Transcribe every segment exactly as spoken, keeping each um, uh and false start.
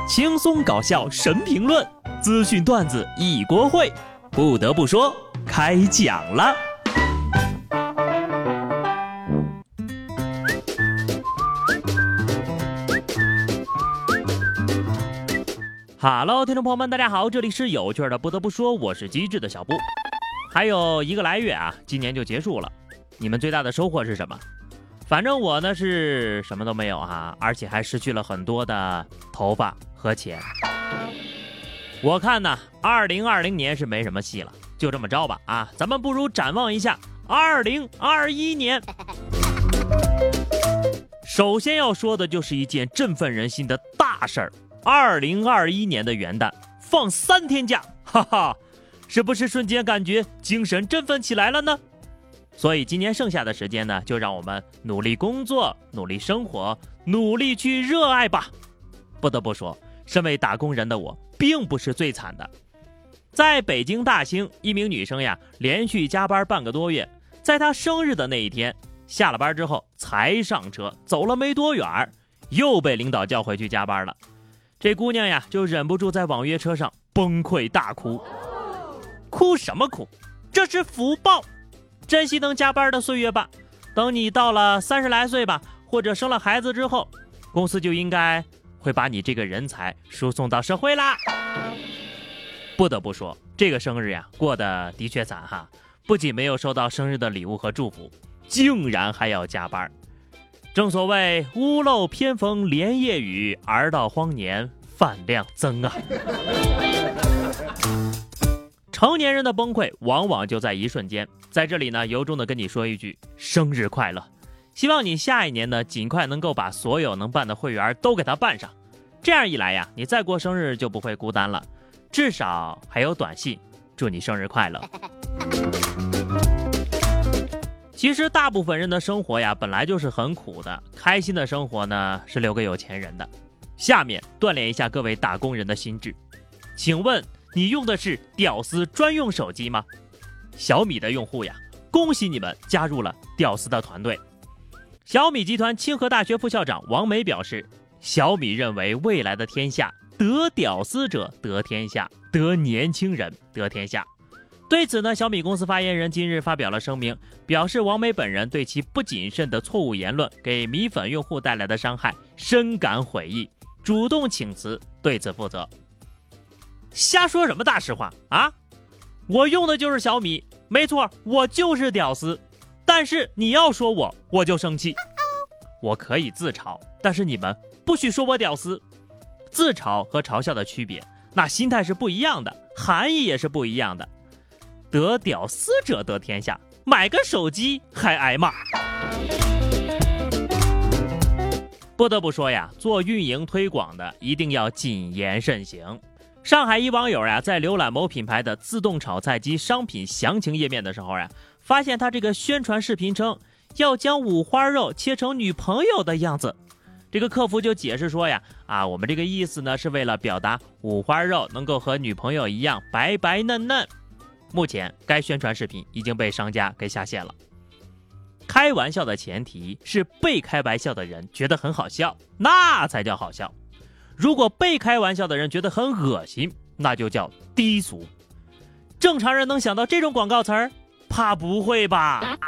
轻松搞笑神评论，资讯段子一锅烩。不得不说，开讲了。Hello， 听众朋友们，大家好，这里是有趣的。不得不说，我是机智的小布。还有一个来月啊，今年就结束了。你们最大的收获是什么？反正我呢是什么都没有啊，而且还失去了很多的头发和钱。我看呢，二零二零年是没什么戏了，就这么着吧啊，咱们不如展望一下二零二一年。首先要说的就是一件振奋人心的大事儿。二零二一年的元旦放三天假，哈哈，是不是瞬间感觉精神振奋起来了呢？所以今年剩下的时间呢，就让我们努力工作，努力生活，努力去热爱吧。不得不说，身为打工人的我并不是最惨的。在北京大兴，一名女生呀，连续加班半个多月，在她生日的那一天，下了班之后才上车，走了没多远，又被领导叫回去加班了。这姑娘呀，就忍不住在网约车上崩溃大哭。哭什么哭？这是福报！珍惜能加班的岁月吧。等你到了三十来岁吧，或者生了孩子之后，公司就应该会把你这个人才输送到社会啦。不得不说，这个生日呀，过得的确惨哈，不仅没有收到生日的礼物和祝福，竟然还要加班。正所谓屋漏偏逢连夜雨，儿到荒年饭量增啊。成年人的崩溃往往就在一瞬间，在这里呢，由衷的跟你说一句生日快乐，希望你下一年呢尽快能够把所有能办的会员都给它办上，这样一来呀，你再过生日就不会孤单了，至少还有短信祝你生日快乐。其实大部分人的生活呀本来就是很苦的，开心的生活呢是留给有钱人的。下面锻炼一下各位打工人的心智，请问你用的是屌丝专用手机吗？小米的用户呀，恭喜你们加入了屌丝的团队。小米集团清河大学副校长王梅表示，小米认为未来的天下，得屌丝者得天下，得年轻人得天下。对此呢，小米公司发言人今日发表了声明，表示王梅本人对其不谨慎的错误言论给米粉用户带来的伤害深感悔意，主动请辞对此负责。瞎说什么大实话啊！我用的就是小米，没错，我就是屌丝，但是你要说我，我就生气。我可以自嘲，但是你们不许说我屌丝。自嘲和嘲笑的区别，那心态是不一样的，含义也是不一样的。得屌丝者得天下，买个手机还挨骂。不得不说呀，做运营推广的一定要谨言慎行。上海一网友呀，在浏览某品牌的自动炒菜机商品详情页面的时候呀，发现他这个宣传视频称要将五花肉切成女朋友的样子。这个客服就解释说呀，啊，我们这个意思呢是为了表达五花肉能够和女朋友一样白白嫩嫩。目前该宣传视频已经被商家给下线了。开玩笑的前提是被开玩笑的人觉得很好笑，那才叫好笑。如果被开玩笑的人觉得很恶心，那就叫低俗。正常人能想到这种广告词儿？怕不会吧？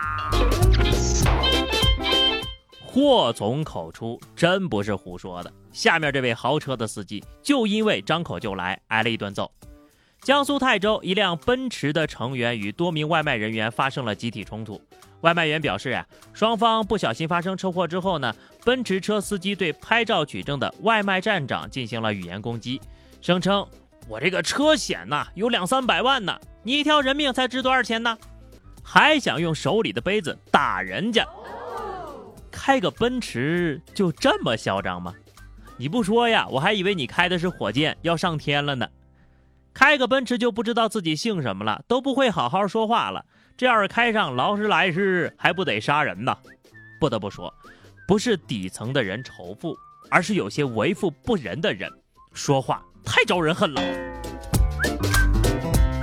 祸从口出，真不是胡说的。下面这位豪车的司机就因为张口就来，挨了一顿揍。江苏泰州一辆奔驰的成员与多名外卖人员发生了集体冲突。外卖员表示啊，双方不小心发生车祸之后呢，奔驰车司机对拍照取证的外卖站长进行了语言攻击，声称我这个车险呐有两三百万呢，你一条人命才值多少钱呢？还想用手里的杯子打人家。开个奔驰就这么嚣张吗？你不说呀，我还以为你开的是火箭要上天了呢。开个奔驰就不知道自己姓什么了，都不会好好说话了，这要是开上劳斯莱斯还不得杀人呢。不得不说，不是底层的人仇富，而是有些为富不仁的人说话太招人恨了。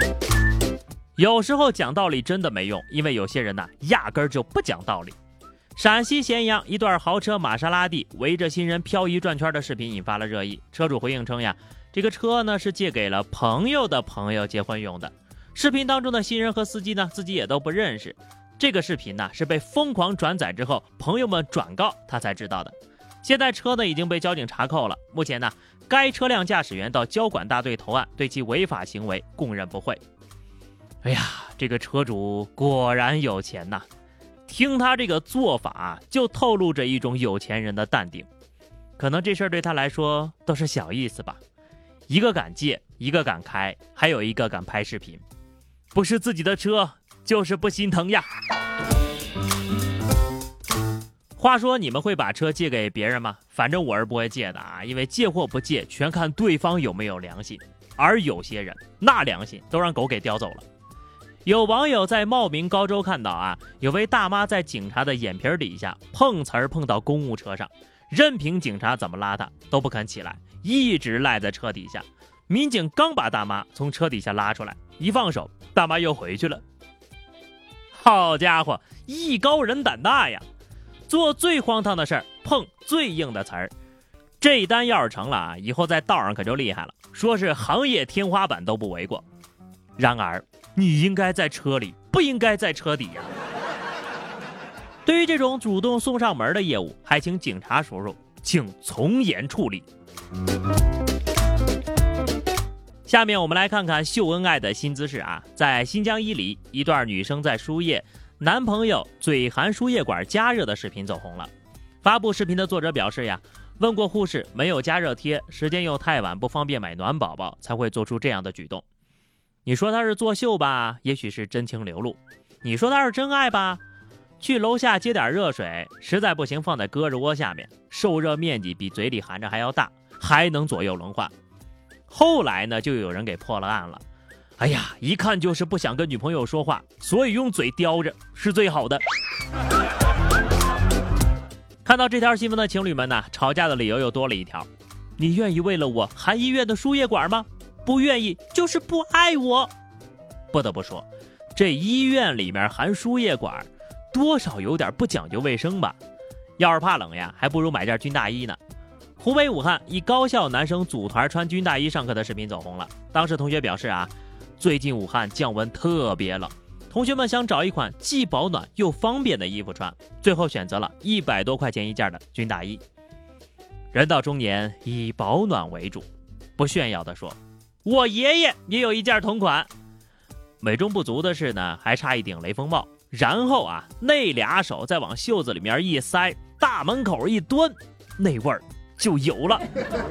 有时候讲道理真的没用，因为有些人呢、啊、压根儿就不讲道理。 陕西咸阳一段豪车玛莎拉蒂围着新人漂移转圈的视频引发了热议。车主回应称呀，这个车呢是借给了朋友的朋友结婚用的。视频当中的新人和司机呢自己也都不认识。这个视频呢是被疯狂转载之后，朋友们转告他才知道的。现在车呢已经被交警查扣了，目前呢该车辆驾驶员到交管大队投案，对其违法行为供认不讳。哎呀，这个车主果然有钱呐！听他这个做法，就透露着一种有钱人的淡定。可能这事儿对他来说都是小意思吧。一个敢借，一个敢开，还有一个敢拍视频。不是自己的车，就是不心疼呀。话说你们会把车借给别人吗？反正我是不会借的啊，因为借或不借全看对方有没有良心。而有些人那良心都让狗给叼走了。有网友在茂名高州看到啊，有位大妈在警察的眼皮底下碰瓷儿碰到公务车上，任凭警察怎么拉她都不肯起来，一直赖在车底下。民警刚把大妈从车底下拉出来，一放手，大妈又回去了。好家伙，艺高人胆大呀！做最荒唐的事儿，碰最硬的词儿。这一单要是成了啊，以后在道上可就厉害了，说是行业天花板都不为过。然而你应该在车里，不应该在车底呀。对于这种主动送上门的业务，还请警察叔叔请从严处理。下面我们来看看秀恩爱的新姿势啊，在新疆伊犁，一段女生在输液，男朋友嘴含输液管加热的视频走红了。发布视频的作者表示呀，问过护士没有加热贴，时间又太晚，不方便买暖宝宝，才会做出这样的举动。你说他是作秀吧，也许是真情流露；你说他是真爱吧，去楼下接点热水，实在不行放在胳肢窝下面，受热面积比嘴里含着还要大，还能左右轮换。后来呢，就有人给破了案了。哎呀，一看就是不想跟女朋友说话，所以用嘴叼着是最好的。看到这条新闻的情侣们呢，吵架的理由又多了一条：你愿意为了我含医院的输液管吗？不愿意就是不爱我。不得不说，这医院里面含输液管多少有点不讲究卫生吧。要是怕冷呀，还不如买件军大衣呢。湖北武汉一高校男生组团穿军大衣上课的视频走红了。当时同学表示啊，最近武汉降温特别冷，同学们想找一款既保暖又方便的衣服穿，最后选择了一百多块钱一件的军大衣。人到中年以保暖为主，不炫耀的说，我爷爷也有一件同款。美中不足的是呢，还差一顶雷锋帽，然后啊，那俩手再往袖子里面一塞，大门口一蹲，那味儿就有了。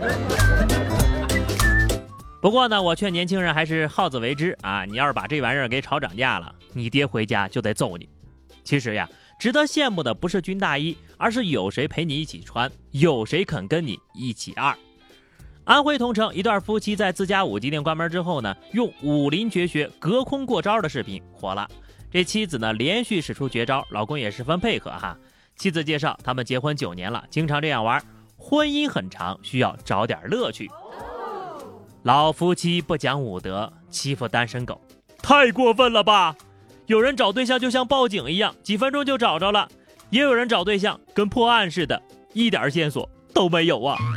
不过呢，我劝年轻人还是好自为之啊！你要是把这玩意儿给炒涨价了，你爹回家就得揍你。其实呀，值得羡慕的不是军大衣，而是有谁陪你一起穿，有谁肯跟你一起二。安徽桐城一对夫妻在自家五 G 店关门之后呢，用武林绝学隔空过招的视频火了。这妻子呢连续使出绝招，老公也十分配合哈。妻子介绍，他们结婚九年了，经常这样玩，婚姻很长，需要找点乐趣。老夫妻不讲武德，欺负单身狗，太过分了吧？有人找对象就像报警一样，几分钟就找着了；也有人找对象跟破案似的，一点线索都没有啊。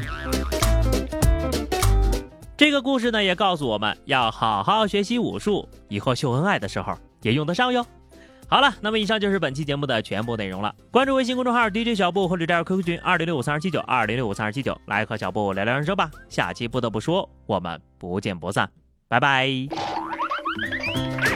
这个故事呢，也告诉我们要好好学习武术，以后秀恩爱的时候也用得上哟。好了，那么以上就是本期节目的全部内容了。关注微信公众号 D J 小布或者加入 Q Q 群二零六五三二七九二零六五三二七九，来和小布聊聊人生吧。下期不得不说，我们不见不散，拜拜。